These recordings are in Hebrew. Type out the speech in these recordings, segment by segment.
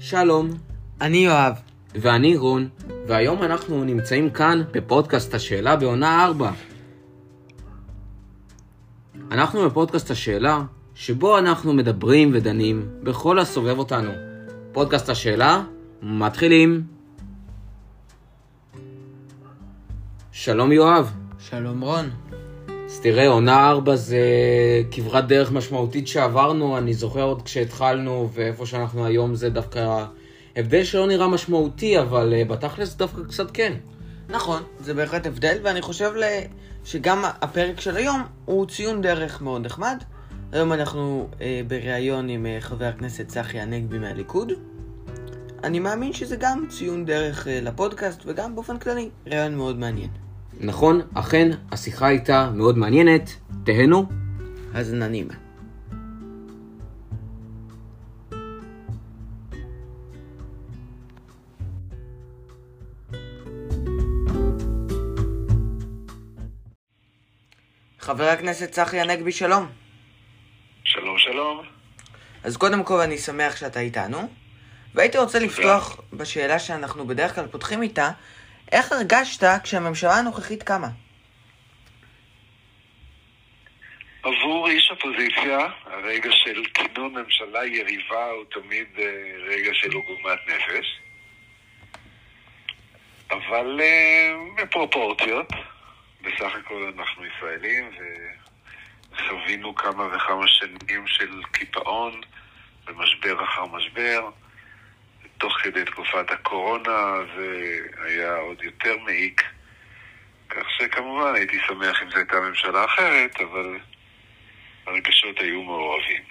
שלום, אני יואב. ואני רון, והיום אנחנו נמצאים כאן בפודקאסט השאלה בעונה 4. אנחנו בפודקאסט השאלה, שבו אנחנו מדברים ודנים בכל הסובב אותנו. פודקאסט השאלה, מתחילים. שלום יואב. שלום רון. אז תראה, עונה 4 זה כברת דרך משמעותית שעברנו. אני זוכר עוד כשהתחלנו, ואיפה שאנחנו היום זה דווקא הבדל שלא נראה משמעותי, אבל בתכלס דווקא קצת כן. נכון, זה בהחלט הבדל, ואני חושב שגם הפרק של היום הוא ציון דרך מאוד נחמד. היום אנחנו בראיון עם חבר הכנסת צחי הנגבי מהליכוד. אני מאמין שזה גם ציון דרך לפודקאסט, וגם באופן כללי ראיון מאוד מעניין. נכון, אכן, השיחה הייתה מאוד מעניינת. תהנו. אז נעימה. חבר הכנסת צחי הנגבי, שלום. שלום, שלום. אז קודם כל אני שמח שאתה איתנו, והייתי רוצה לפתוח בשאלה שאנחנו בדרך כלל פותחים איתה. איך הרגשת כשהממשלה הנוכחית קמה? עבור איש אופוזיציה, הרגע של כינון ממשלה יריבה הוא תמיד רגע של עוגמת נפש. אבל בפרופורציות, בסך הכל אנחנו ישראלים וחווינו כמה וכמה שנים של קיפאון ומשבר אחר משבר. תוך כדי תקופת הקורונה זה היה עוד יותר מעיק, כך שכמובן הייתי שמח אם זו הייתה ממשלה אחרת, אבל הרגשות היו מעורבים.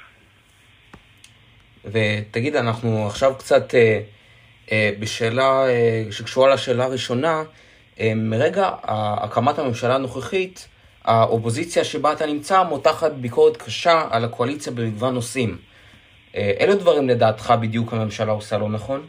ותגיד, אנחנו עכשיו קצת בשאלה שקשורה לשאלה הראשונה. מרגע הקמת הממשלה הנוכחית, האופוזיציה שבה אתה נמצא מותחת ביקורת קשה על הקואליציה במגוון נושאים. אילו דברים לדעתך בדיוק הממשלה עושה לא נכון?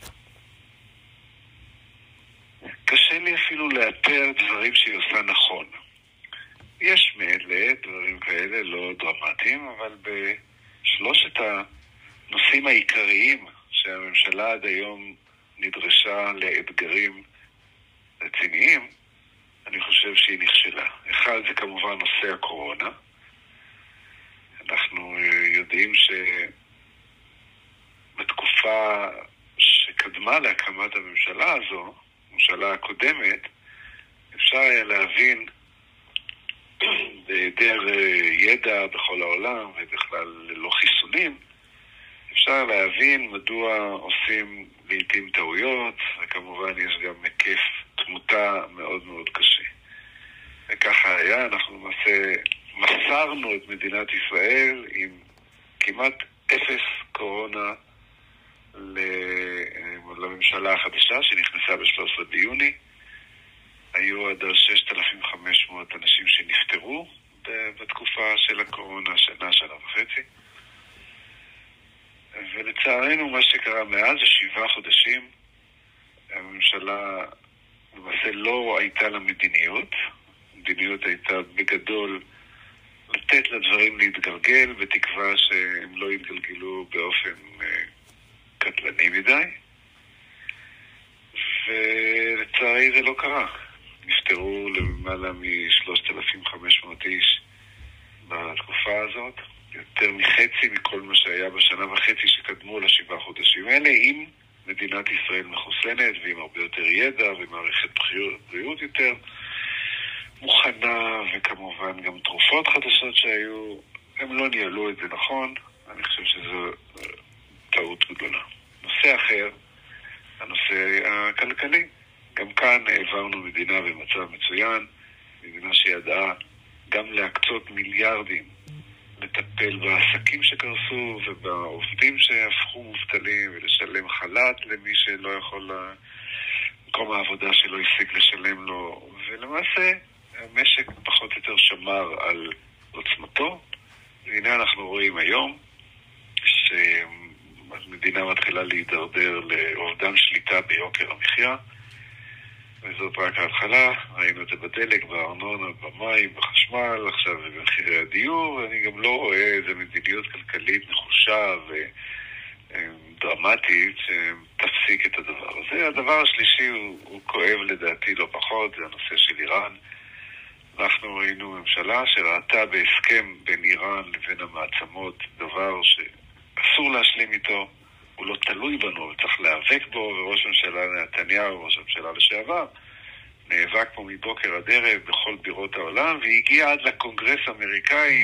קשה לי אפילו לאתר דברים שהיא עושה נכון. יש מעת לעת דברים כאלה לא דרמטיים, אבל בשלושת הנושאים העיקריים שהממשלה עד היום נדרשה לאתגרים רציניים, אני חושב שהיא נכשלה. אחד זה כמובן נושא הקורונה. אנחנו יודעים שבתקופה שקדמה להקמת הממשלה הזו, הממשלה הקודמת, אפשר היה להבין בהיעדר ידע בכל העולם ובכלל ללא חיסונים, אפשר להבין מדוע עושים לעתים טעויות, וכמובן יש גם היקף תמותה מאוד מאוד קשה. וככה היה, אנחנו למעשה מסרנו את מדינת ישראל עם כמעט אפס קורונה לממשלה החדשה שנכנסה ב-13 ביוני. היו עד 6,500 אנשים שנפטרו בתקופה של הקורונה, שנה וחצי. ולצערנו מה שקרה מאז זה 7 חודשים. הממשלה למעשה לא הייתה לה מדיניות. המדיניות הייתה בגדול לתת לדברים להתגלגל, בתקווה שהם לא יתגלגלו באופן קטלני מדי. ולצערי זה לא קרה. נפטרו למעלה מ-3,500 איש בתקופה הזאת. יותר מחצי מכל מה שהיה בשנה וחצי שקדמו ל7 חודשים האלה, עם מדינת ישראל מחוסנת ועם הרבה יותר ידע ומערכת בריאות יותר מוכנה, וכמובן גם תרופות חדשות שהיו. הם לא ניהלו את זה נכון. אני חושב שזו טעות גדולה. נושא אחר, הנושא הכלכלי. גם כאן העברנו מדינה במצב מצוין, מדינה שידעה גם להקצות מיליארדים לטפל בעסקים שקרסו ובעובדים שהפכו מובטלים, ולשלם חל"ת למי שלא יכול, מקום העבודה שלא הספיק לשלם לו, ולמעשה המשק פחות או יותר שמר על עוצמתו. והנה אנחנו רואים היום שהמדינה מתחילה להידרדר לאובדן שליטה ביוקר המחיה, וזאת רק ההתחלה. ראינו את זה בדלק, בארנונה, במים, בחשמל, עכשיו במחירי הדיור. ואני גם לא רואה איזה מדיניות כלכלית נחושה דרמטית שתפסיק את הדבר הזה. הדבר השלישי הוא כואב לדעתי לא פחות, זה הנושא של איראן. אנחנו ראינו ממשלה שראתה בהסכם בין איראן לבין המעצמות דבר שאסור להשלים איתו, הוא לא תלוי בנו, אבל צריך להיאבק בו, וראש הממשלה נתניהו, ראש הממשלה לשעבר, נאבק פה מבוקר עד ערב בכל בירות העולם, והגיע עד לקונגרס האמריקאי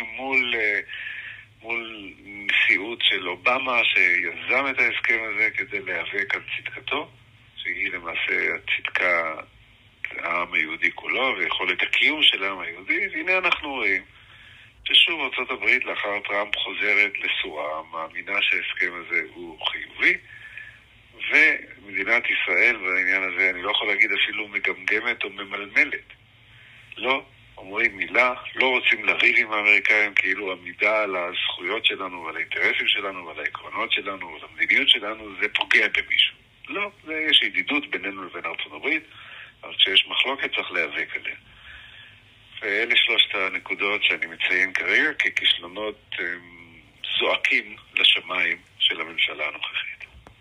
מול נשיאות של אובמה שיזם את ההסכם הזה כדי להיאבק על צדקתו, שהיא למעשה הצדקה העם היהודי כולו ויכולת הקיום של העם היהודי. והנה אנחנו רואים ששוב ארצות הברית לאחר טראמפ חוזרת לסורה, מאמינה שההסכם הזה הוא חיובי, ומדינת ישראל בעניין הזה אני לא יכול להגיד אפילו מגמגמת או ממלמלת. לא אומרים מילה, לא רוצים לריב עם האמריקאים כאילו עמידה על הזכויות שלנו ועל האינטרסים שלנו ועל העקרונות שלנו ועל המדיניות שלנו, זה פוגע במישהו. לא, יש ידידות בינינו לבין ארצות הברית, אבל כשיש מחלוקת צריך להיאבק עליה. ואלה שלושת הנקודות שאני מציין כרגע ככישלונות זועקים לשמיים של הממשלה הנוכחית.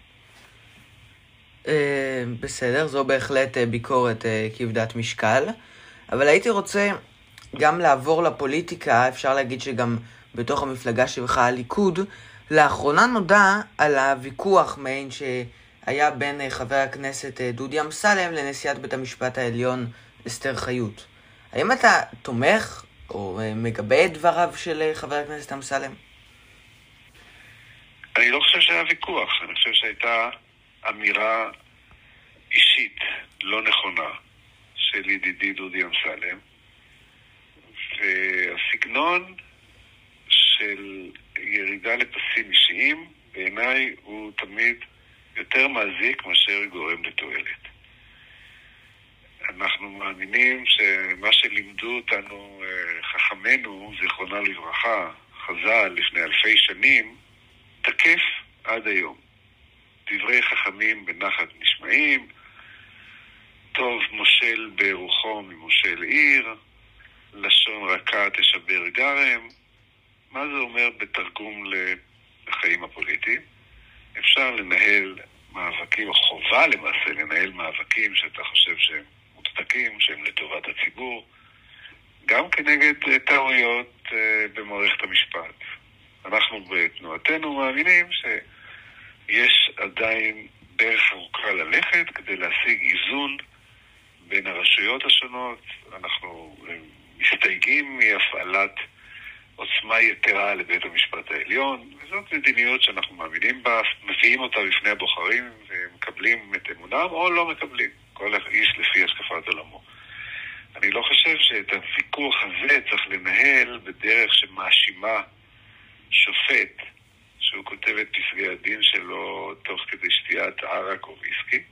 בסדר, זו בהחלט ביקורת כבדת משקל, אבל הייתי רוצה גם לעבור לפוליטיקה. אפשר להגיד שגם בתוך המפלגה שלך, הליכוד, לאחרונה נודע על הוויכוח מעין שהיה בין חבר הכנסת דודי אמסלם לנשיאת בית המשפט העליון אסתר חיות. האם אתה תומך או מגבה את דבריו של חבר הכנסת אמסלם? אני לא חושב שהיה ויכוח, אני חושב שהייתה אמירה אישית לא נכונה של ידידי דודי אמסלם, והסגנון של ירידה לפסים אישיים בעיניי הוא תמיד יותר מזיק מאשר גורם לתועלת. אנחנו מאמינים שמה שלימדו אותנו חכמינו, זיכרונה לברכה, חז"ל לפני אלפי שנים, תקף עד היום. דברי חכמים בנחת נשמעים, טוב מושל ברוחו ממושל עיר, לשון רכה תשבר גרם. מה זה אומר בתרגום לחיים הפוליטיים? אפשר לנהל מאבקים, או חובה למעשה לנהל מאבקים שאתה חושב שהם מוצדקים, שהם לטובת הציבור, גם כנגד טעויות במערכת המשפט. אנחנו בתנועתנו מאמינים שיש עדיין דרך ארוכה ללכת כדי להשיג איזון בין הרשויות השונות. אנחנו מסתייגים מהפעלת עוצמה יתרה לבית המשפט העליון, וזאת מדיניות שאנחנו מאמינים בה, מביאים אותה בפני הבוחרים ומקבלים את אמונם או לא מקבלים, כל איש לפי השקפת עולמו. אני לא חושב שאת הוויכוח הזה צריך לנהל בדרך שמאשימה שופט שהוא כותב את פסקי הדין שלו תוך כדי שתיית ערק או ויסקי,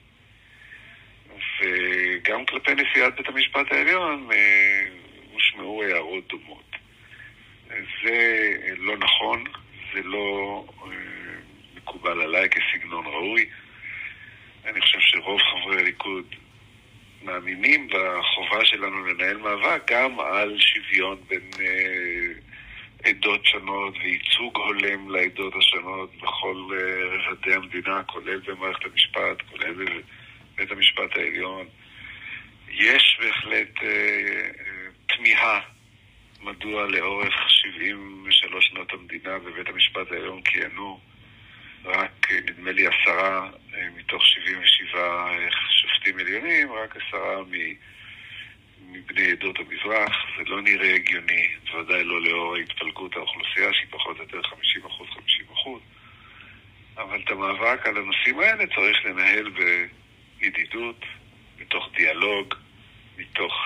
וגם כלפי נשיאת בית המשפט העליון הושמעו הערות דומות. זה לא נכון, זה לא מקובל עליי כסגנון ראוי. אני חושב שרוב חברי הליכוד מאמינים בחובה שלנו לנהל מאבק גם על שוויון בין עדות שונות וייצוג הולם לעדות השונות בכל רבדי המדינה, כולל במערכת המשפט, כולל בבית המשפט העליון. יש בהחלט תמיהה מדוע לאורך 73 שנות המדינה בבית המשפט העליון כיהנו רק, נדמה לי, 10 מתוך 77 שופטים עליונים, רק 10 מבני עדות המזרח. זה לא נראה הגיוני, ודאי לא לאור התפלגות האוכלוסייה שהיא פחות או יותר 50%, אבל את המאבק על הנושאים האלה צריך לנהל בידידות, מתוך דיאלוג, מתוך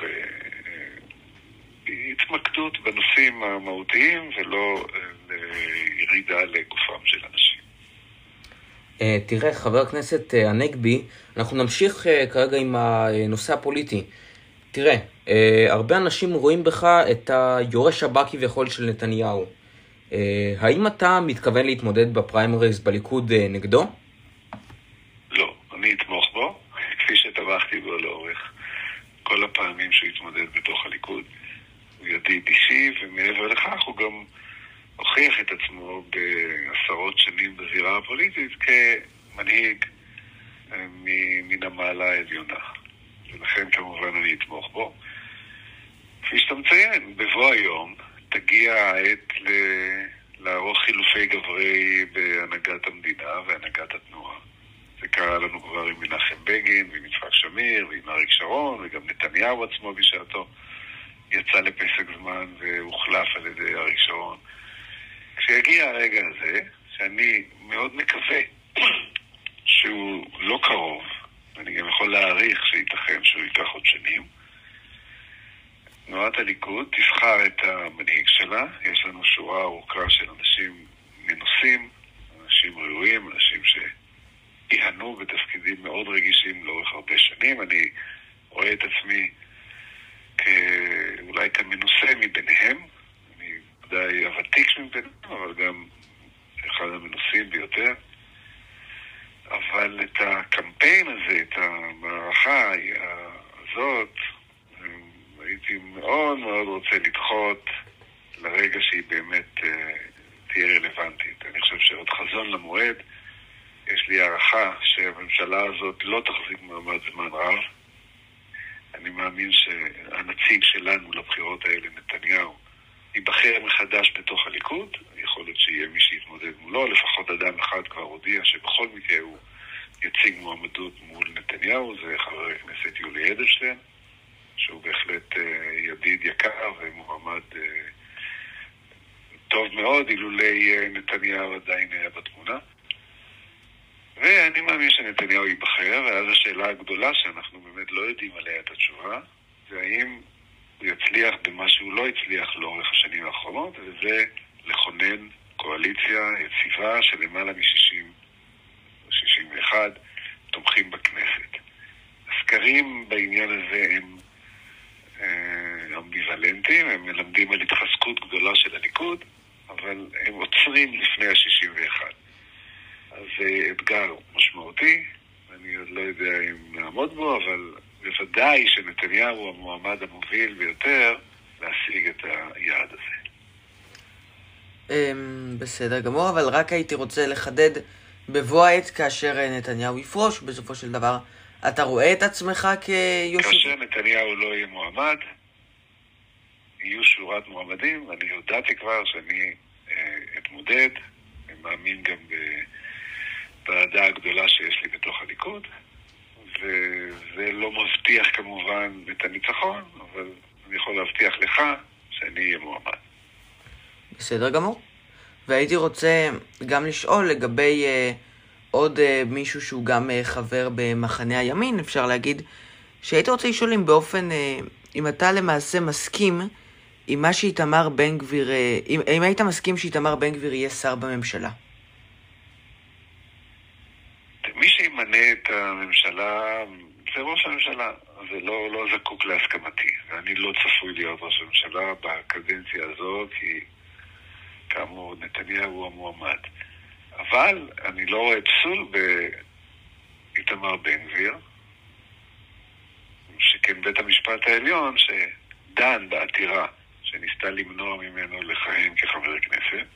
התמקדות בנושאים המהותיים ולא ירידה לגופם של אנשים. תראה, חבר הכנסת הנגבי, אנחנו נמשיך כרגע עם הנושא הפוליטי. תראה, הרבה אנשים רואים בך את היורש הבא כביכול של נתניהו. האם אתה מתכוון להתמודד בפריימריז בליכוד נגדו? לא, אני אתמוך בו, כפי שטבחתי בו לאורך כל הפעמים שהוא התמודד בתוך הליכוד. הוא ידיד אישי, ומעבר לכך הוא גם הוכיח את עצמו בעשרות שנים בזירת בזירה הפוליטית כמנהיג מן המעלה העליונה. ולכן כמובן אני אתמוך בו. כפי שאתה מציין, בבוא היום תגיע העת לערוך חילופי גברי בהנהגת המדינה והנהגת התנועה. זה קרה לנו כבר עם מנחם בגין ועם יצחק שמיר ועם אריק שרון, וגם נתניהו עצמו בשעתו יצא לפסק זמן והוחלף על ידי אריק שרון. כשיגיע הרגע הזה, שאני מאוד מקווה שהוא לא קרוב, ואני גם יכול להעריך שייתכן שהוא ייקח עוד שנים, תנועת הליכוד תבחר את המנהיג שלה. יש לנו שורה ארוכה של אנשים מנוסים, אנשים ראויים, אנשים שיהנו בתפקידים מאוד רגישים לאורך הרבה שנים. אני רואה את עצמי אולי כמנוסה מביניהם, אני די הוותיק מביניהם, אבל גם אחד המנוסים ביותר. אבל את הקמפיין הזה, את המערכה הזאת, הייתי מאוד מאוד רוצה לדחות לרגע שהיא באמת תהיה רלוונטית. אני חושב שעוד חזון למועד, יש לי הערכה שהממשלה הזאת לא תחזיק מעמד זמן רב. אני מאמין שהנציג שלנו לבחירות האלה, נתניהו, ייבחר מחדש בתוך הליכוד. יכול להיות שיהיה מי שיתמודד מולו, לפחות אדם אחד כבר הודיע שבכל מקרה הוא יציג מועמדות מול נתניהו, זה חבר הכנסת יולי אדלשטיין, שהוא בהחלט ידיד יקר ומועמד טוב מאוד, אילולי נתניהו עדיין היה בתמונה. ואני מאמין שנתניהו ייבחר, ואז השאלה הגדולה שאנחנו באמת לא יודעים עליה את התשובה, זה האם הוא יצליח במה שהוא לא הצליח לאורך השנים האחרונות, וזה לכונן קואליציה יציבה של למעלה מ-61 תומכים בכנסת. הסקרים בעניין הזה הם אמביוולנטיים, הם מלמדים על התחזקות גדולה של הליכוד, אבל הם עוצרים לפני ה-61. אז זה אתגר משמעותי, אני עוד לא יודע אם נעמוד בו, אבל בוודאי שנתניהו הוא המועמד המוביל ביותר להשיג את היעד הזה. בסדר גמור, אבל רק הייתי רוצה לחדד, בבוא העת כאשר נתניהו יפרוש, בסופו של דבר, אתה רואה את עצמך כיושב... כאשר נתניהו לא יהיה מועמד, יהיו שורת מועמדים, ואני הודעתי כבר שאני אתמודד, אני מאמין גם בעדה הגדולה שיש לי בתוך הליכוד, וזה לא מבטיח כמובן את הניצחון, אבל אני יכול להבטיח לך שאני אהיה מועמד. בסדר גמור. והייתי רוצה גם לשאול לגבי עוד מישהו שהוא גם חבר במחנה הימין, אפשר להגיד, שהייתי רוצה לשאול אם אתה למעשה מסכים עם מה שאיתמר בן גביר, אם היית מסכים שאיתמר בן גביר יהיה שר בממשלה. מי שימנה את הממשלה זה ראש הממשלה, זה לא זקוק להסכמתי, ואני לא צפוי להיות ראש הממשלה בקדנציה הזאת, כי כאמור נתניהו הוא המועמד. אבל אני לא רואה פסול באיתמר בן גביר, שכן בית המשפט העליון שדן בעתירה שניסתה למנוע ממנו לכהן כחבר כנסת,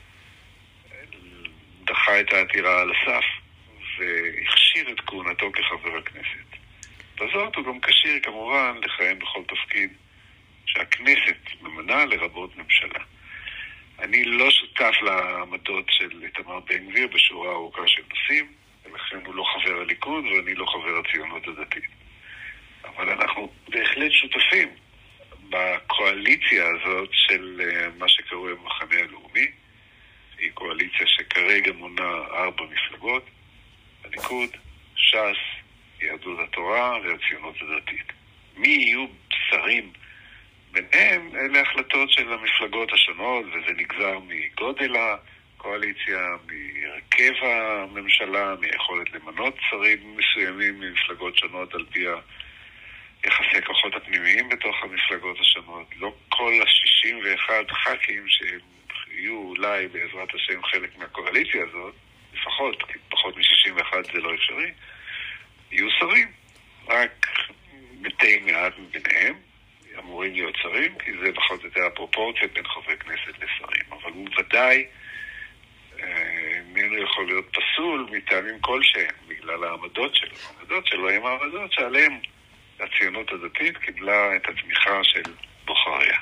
דחה את העתירה על הסף והכשיר את כהונתו כחבר הכנסת. בזאת הוא גם כשיר כמובן לכהן בכל תפקיד שהכנסת ממנה, לרבות ממשלה. אני לא שותף לעמדות של איתמר בן גביר בשורה ארוכה של נושאים, ולכן הוא לא חבר הליכוד ואני לא חבר הציונות הדתית. אבל אנחנו בהחלט שותפים בקואליציה הזאת של מה שקרוי המחנה הלאומי. היא קואליציה שכרגע מונה 4 מפלגות, הליכוד, ש"ס, יהדות התורה והציונות הדתית. מי יהיו שרים ביניהם? אלה החלטות של המפלגות השונות, וזה נגזר מגודל הקואליציה, מהרכב הממשלה, מיכולת למנות שרים מסוימים ממפלגות שונות על פי יחסי הכוחות הפנימיים בתוך המפלגות השונות. לא כל ה-61 ח"כים שיהיו אולי בעזרת השם חלק מהקואליציה הזאת, לפחות, כי פחות מ-61 זה לא אפשרי, יהיו שרים. רק מתי מעט מביניהם אמורים להיות שרים, כי זה פחות או יותר הפרופורציה בין חברי כנסת לשרים. אבל הוא ודאי איננו יכול יכול להיות פסול מטעמים כלשהם, בגלל העמדות שלו. העמדות שלו הם העמדות שעליהם הציונות הדתית קיבלה את התמיכה של בוחריה.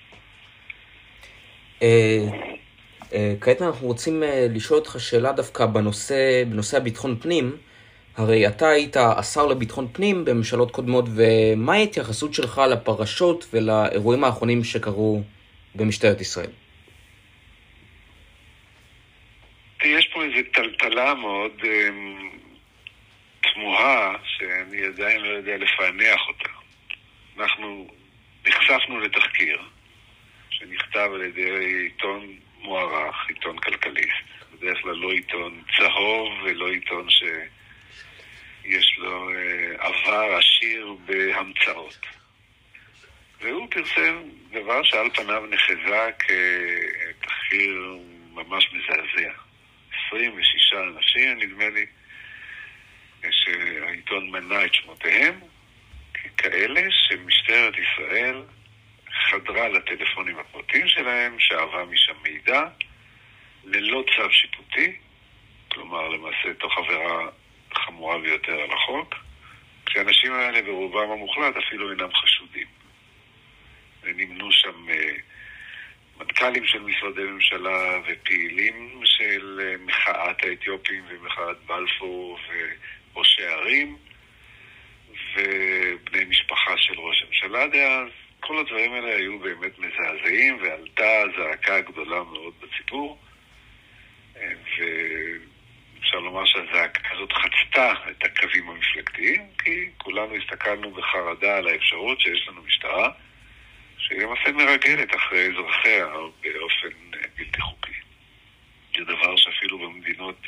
כעת אנחנו רוצים לשאול אותך שאלה דווקא בנושא הביטחון פנים. הרי אתה היית השר לביטחון פנים בממשלות קודמות, ומה ההתייחסות שלך לפרשות ולאירועים האחרונים שקרו במשטרת ישראל? יש פה איזו טלטלה מאוד תמוהה, שאני עדיין לא יודע לפענח אותה. אנחנו נחשפנו לתחקיר שנכתב על ידי עיתון מוערך, עיתון כלכליסט. בדרך כלל לא עיתון צהוב ולא עיתון שיש לו עבר עשיר בהמצאות. והוא פרסם דבר שעל פניו נחזה כתחקיר ממש מזעזע. 26 אנשים, נדמה לי, שהעיתון מנה את שמותיהם, כאלה שמשטרת ישראל חדרה לטלפונים הפרטיים שלהם, שאבה משם מידע, ללא צו שיפוטי, כלומר למעשה תוך עבירה חמורה ביותר על החוק, כשאנשים האלה ברובם המוחלט אפילו אינם חשודים. ונמנו שם מנכ"לים של משרדי ממשלה ופעילים של מחאת האתיופים ומחאת בלפור וראשי ערים ובני משפחה של ראש הממשלה דאז. כל הדברים האלה היו באמת מזעזעים, ועלתה זעקה גדולה מאוד בציבור, ואפשר לומר שהזעקה הזאת חצתה את הקווים המפלגתיים, כי כולנו הסתכלנו בחרדה על האפשרות שיש לנו משטרה שהיא למעשה מרגלת אחרי אזרחיה באופן בלתי חוקי. זה דבר שאפילו במדינות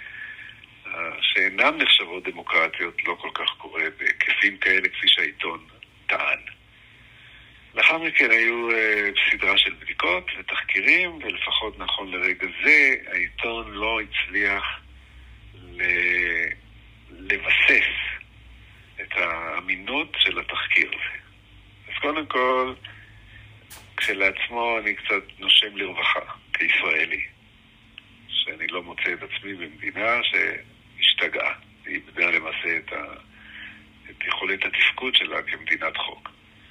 שאינן נחשבות דמוקרטיות לא כל כך קורה בהיקפים כאלה כפי שהעיתון טען. לאחר מכן היו סדרה של בדיקות ותחקירים, ולפחות נכון לרגע זה העיתון לא הצליח לבסס את האמינות של התחקיר הזה. אז קודם כל, כשלעצמו אני קצת נושם לרווחה כישראלי, שאני לא מוצא את עצמי במדינה שהשתגעה, היא איבדה למעשה את יכולת התפקוד שלה כמדינת חוק.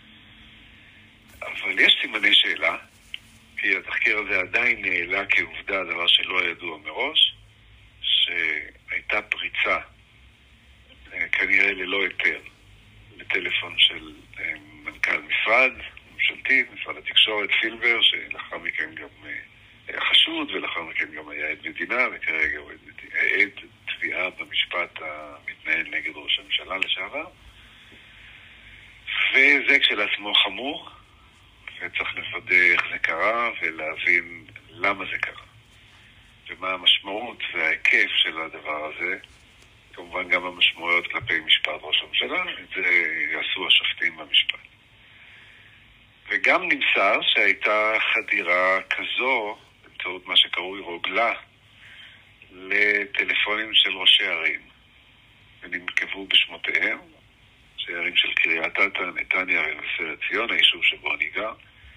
אבל יש סימני שאלה, כי התחקיר הזה עדיין נעלה כעובדה, דבר שלא ידוע מראש, שהייתה פריצה, כנראה ללא היתר, לטלפון של מנכ"ל משרד ממשלתי, משרד התקשורת פילבר, שלאחר מכן גם היה חשוד, ולאחר מכן גם היה עד מדינה, וכרגע הוא עד תביעה במשפט המתנהל נגד ראש הממשלה לשעבר. וזה כשלעצמו חמור, וצריך לוודא איך זה קרה ולהבין למה זה קרה ומה המשמעות וההיקף של הדבר הזה, כמובן גם המשמעויות כלפי משפט ראש הממשלה. את זה יעשו השופטים במשפט. וגם נמסר שהייתה חדירה כזו באמצעות מה שקרוי רוגלה לטלפונים של ראשי ערים, וננקבו בשמותיהם, שערים של קריית אתא, נתניה ומבשרת ציון, היישוב שבו אני גר.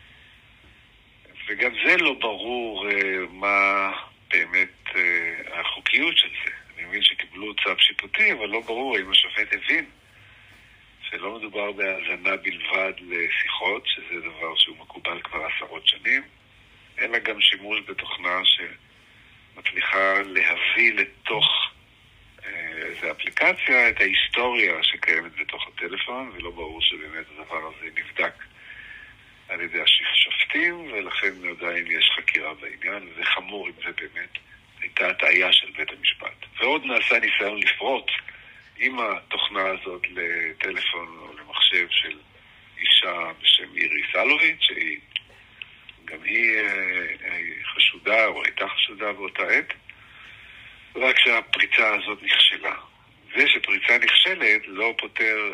וגם זה לא ברור מה באמת החוקיות של זה. אני מבין שקיבלו צו שיפוטי, אבל לא ברור אם השופט הבין שלא מדובר בהאזנה בלבד לשיחות, שזה דבר שהוא מקובל כבר עשרות שנים, אלא גם שימוש בתוכנה שמצליחה להביא לתוך איזו אפליקציה את ההיסטוריה שקיימת בתוך הטלפון, ולא ברור שבאמת הדבר הזה נבדק על ידי השופטים, ולכן עדיין יש חקירה בעניין, וזה חמור אם זה באמת הייתה הטעיה של בית המשפט. ועוד נעשה ניסיון לפרוץ עם התוכנה הזאת לטלפון או למחשב של אישה בשם איריס אלוביץ', שהיא גם היא חשודה או הייתה חשודה באותה עת, רק שהפריצה הזאת נכשלה. זה שפריצה נכשלת לא פותר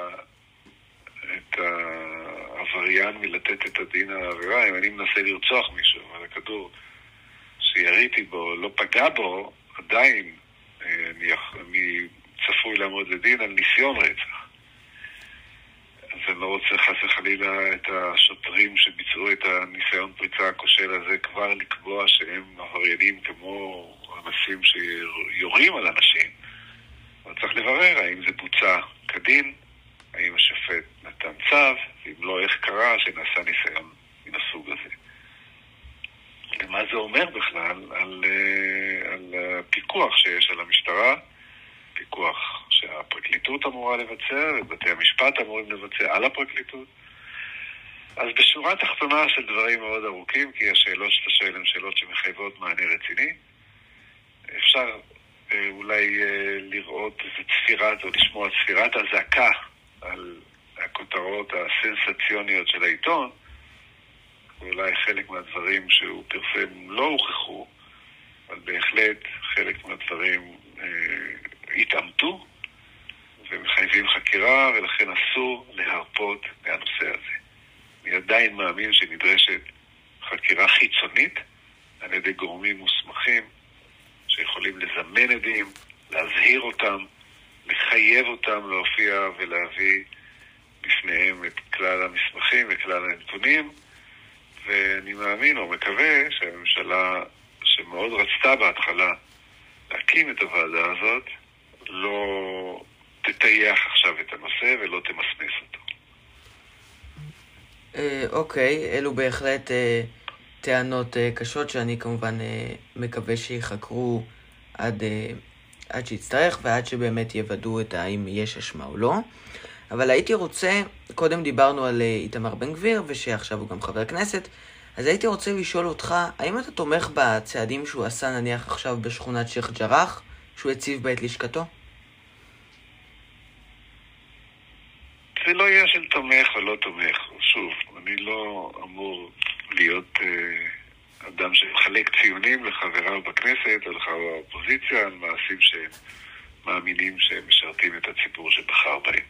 את העבריין מלתת את הדין על העבירה. אם אני מנסה לרצוח מישהו, אבל הכדור שיריתי בו לא פגע בו, עדיין אני צפוי לעמוד לדין על ניסיון רצח. אז אני לא רוצה חס וחלילה את השוטרים שביצעו את הניסיון פריצה הכושל הזה כבר לקבוע שהם עבריינים כמו מעשים שיורים על אנשים, אבל צריך לברר האם זה בוצע כדין, האם השופט נתן צו, אם לא, איך קרה שנעשה ניסיון מן הסוג הזה. ומה זה אומר בכלל על הפיקוח שיש על המשטרה, פיקוח שהפרקליטות אמורה לבצע, ובתי המשפט אמורים לבצע על הפרקליטות. אז בשורה תחתונה של דברים מאוד ארוכים, כי השאלות שאתה שואל הן שאלות שמחייבות מענה רציני, אפשר אולי לראות איזה צפירת או לשמוע צפירת הזעקה על הכותרות הסנסציוניות של העיתון, ואולי חלק מהדברים שהוא פרסם לא הוכחו, אבל בהחלט חלק מהדברים התאמתו ומחייבים חקירה, ולכן אסור להרפות מהנושא הזה. אני עדיין מאמין שנדרשת חקירה חיצונית על ידי גורמים מוסמכים שיכולים לזמן עדים, להזהיר אותם, לחייב אותם להופיע ולהביא בפניהם את כלל המסמכים וכלל הנתונים, ואני מאמין או מקווה שהממשלה שמאוד רצתה בהתחלה להקים את הוועדה הזאת לא תטייח עכשיו את הנושא ולא תמסמס אותו. אוקיי, אלו בהחלט טענות קשות שאני כמובן מקווה שיחקרו עד שיצטרך ועד שבאמת יוודאו את האם יש אשמה או לא. אבל הייתי רוצה, קודם דיברנו על איתמר בן גביר ושעכשיו הוא גם חבר כנסת, אז הייתי רוצה לשאול אותך, האם אתה תומך בצעדים שהוא עשה נניח עכשיו בשכונת שייח ג'ראח, שהוא הציב בעת לשכתו? זה לא יהיה של תומך ולא תומך. שוב, אני לא אמור להיות אדם שמחלק ציונים לחבריו בכנסת או לחבריו באופוזיציה על מעשים שהם מאמינים שהם משרתים את הציבור שבחר בהם.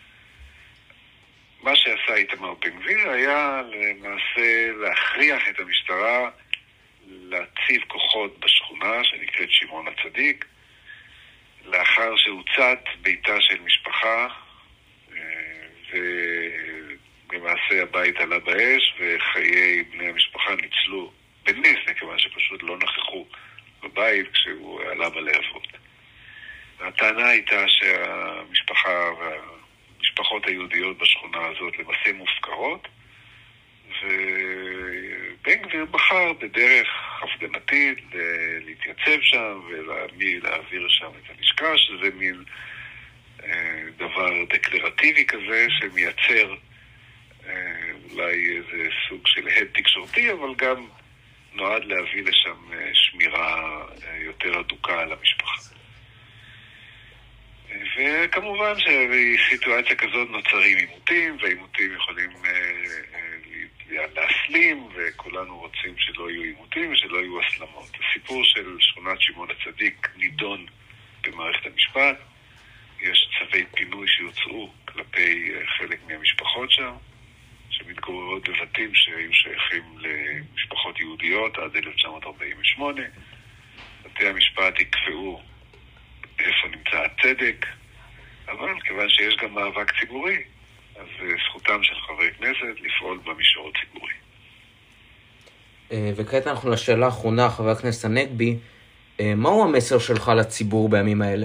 מה שעשה איתמר בן גביר היה למעשה להכריח את המשטרה להציב כוחות בשכונה שנקראת שמעון הצדיק, לאחר שהוצת ביתה של משפחה, ולמעשה הבית עלה באש וחיי בני המשפחה ניצלו בנס, מכיוון שפשוט לא נכחו בבית כשהוא עלה בלהבות. הטענה הייתה שהמשפחה והמשפחות היהודיות בשכונה הזאת למעשה מופקרות, ובן גביר בחר בדרך הפגנתית להתייצב שם ולהעביר שם את הנשקה, שזה מין דבר דקלרטיבי כזה שמייצר אולי איזה סוג של הד תקשורתי, אבל גם נועד להביא לשם שמירה יותר אדוקה על המשפחה. וכמובן שבסיטואציה כזאת נוצרים עימותים, והעימותים יכולים להסלים, וכולנו רוצים שלא יהיו עימותים ושלא יהיו הסלמות. הסיפור של שכונת שמעון הצדיק נידון במערכת המשפט. יש צווי פינוי שיוצאו כלפי חלק מהמשפחות שם, שמתגוררות בבתים שהיו שייכים למשפחות יהודיות עד 1948. בתי המשפט יקבעו איפה נמצא הצדק, אבל כיוון שיש גם מאבק ציבורי, אז זכותם של חברי כנסת לפעול במישור הציבורי. וכעת אנחנו לשאלה האחרונה, חבר הכנסת הנגבי, מהו המסר שלך לציבור בימים האלה?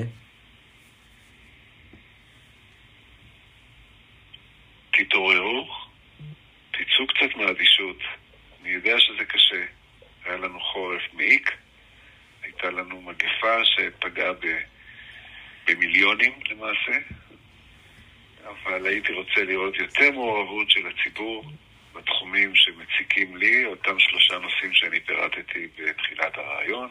תתעוררו, תצאו קצת מהאדישות. אני יודע שזה קשה. היה לנו חורף מעיק, הייתה לנו מגפה שפגעה במיליונים למעשה, אבל הייתי רוצה לראות יותר מעורבות של הציבור בתחומים שמציקים לי, אותם 3 נושאים שאני פירטתי בתחילת הרעיון.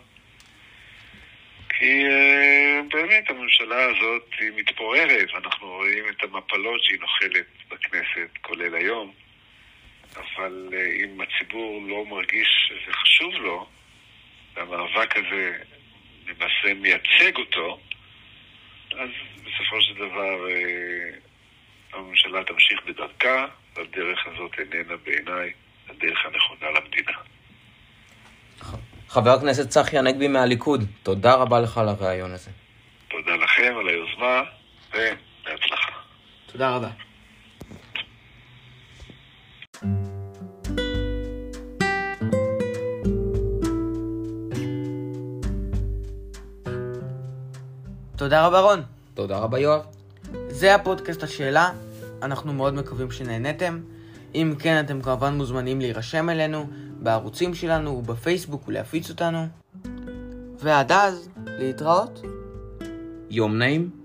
כי באמת הממשלה הזאת היא מתפוררת, ואנחנו רואים את המפלות שהיא נוחלת בכנסת, כולל היום. אבל אם הציבור לא מרגיש שזה חשוב לו, והמאבק הזה למעשה מייצג אותו, אז בסופו של דבר הממשלה תמשיך בדרכה, והדרך הזאת איננה בעיניי הדרך הנכונה למדינה. חבר הכנסת צחי הנגבי מהליכוד, תודה רבה לך על הרעיון הזה. תודה לכם על היוזמה, ובהצלחה. תודה רבה. תודה רבה רון. תודה רבה יואב. זה הפודקאסט השאלה, אנחנו מאוד מקווים שנהנתם. אם כן, אתם כמובן מוזמנים להירשם אלינו בערוצים שלנו ובפייסבוק ולהפיץ אותנו. ועד אז, להתראות. יום נעים.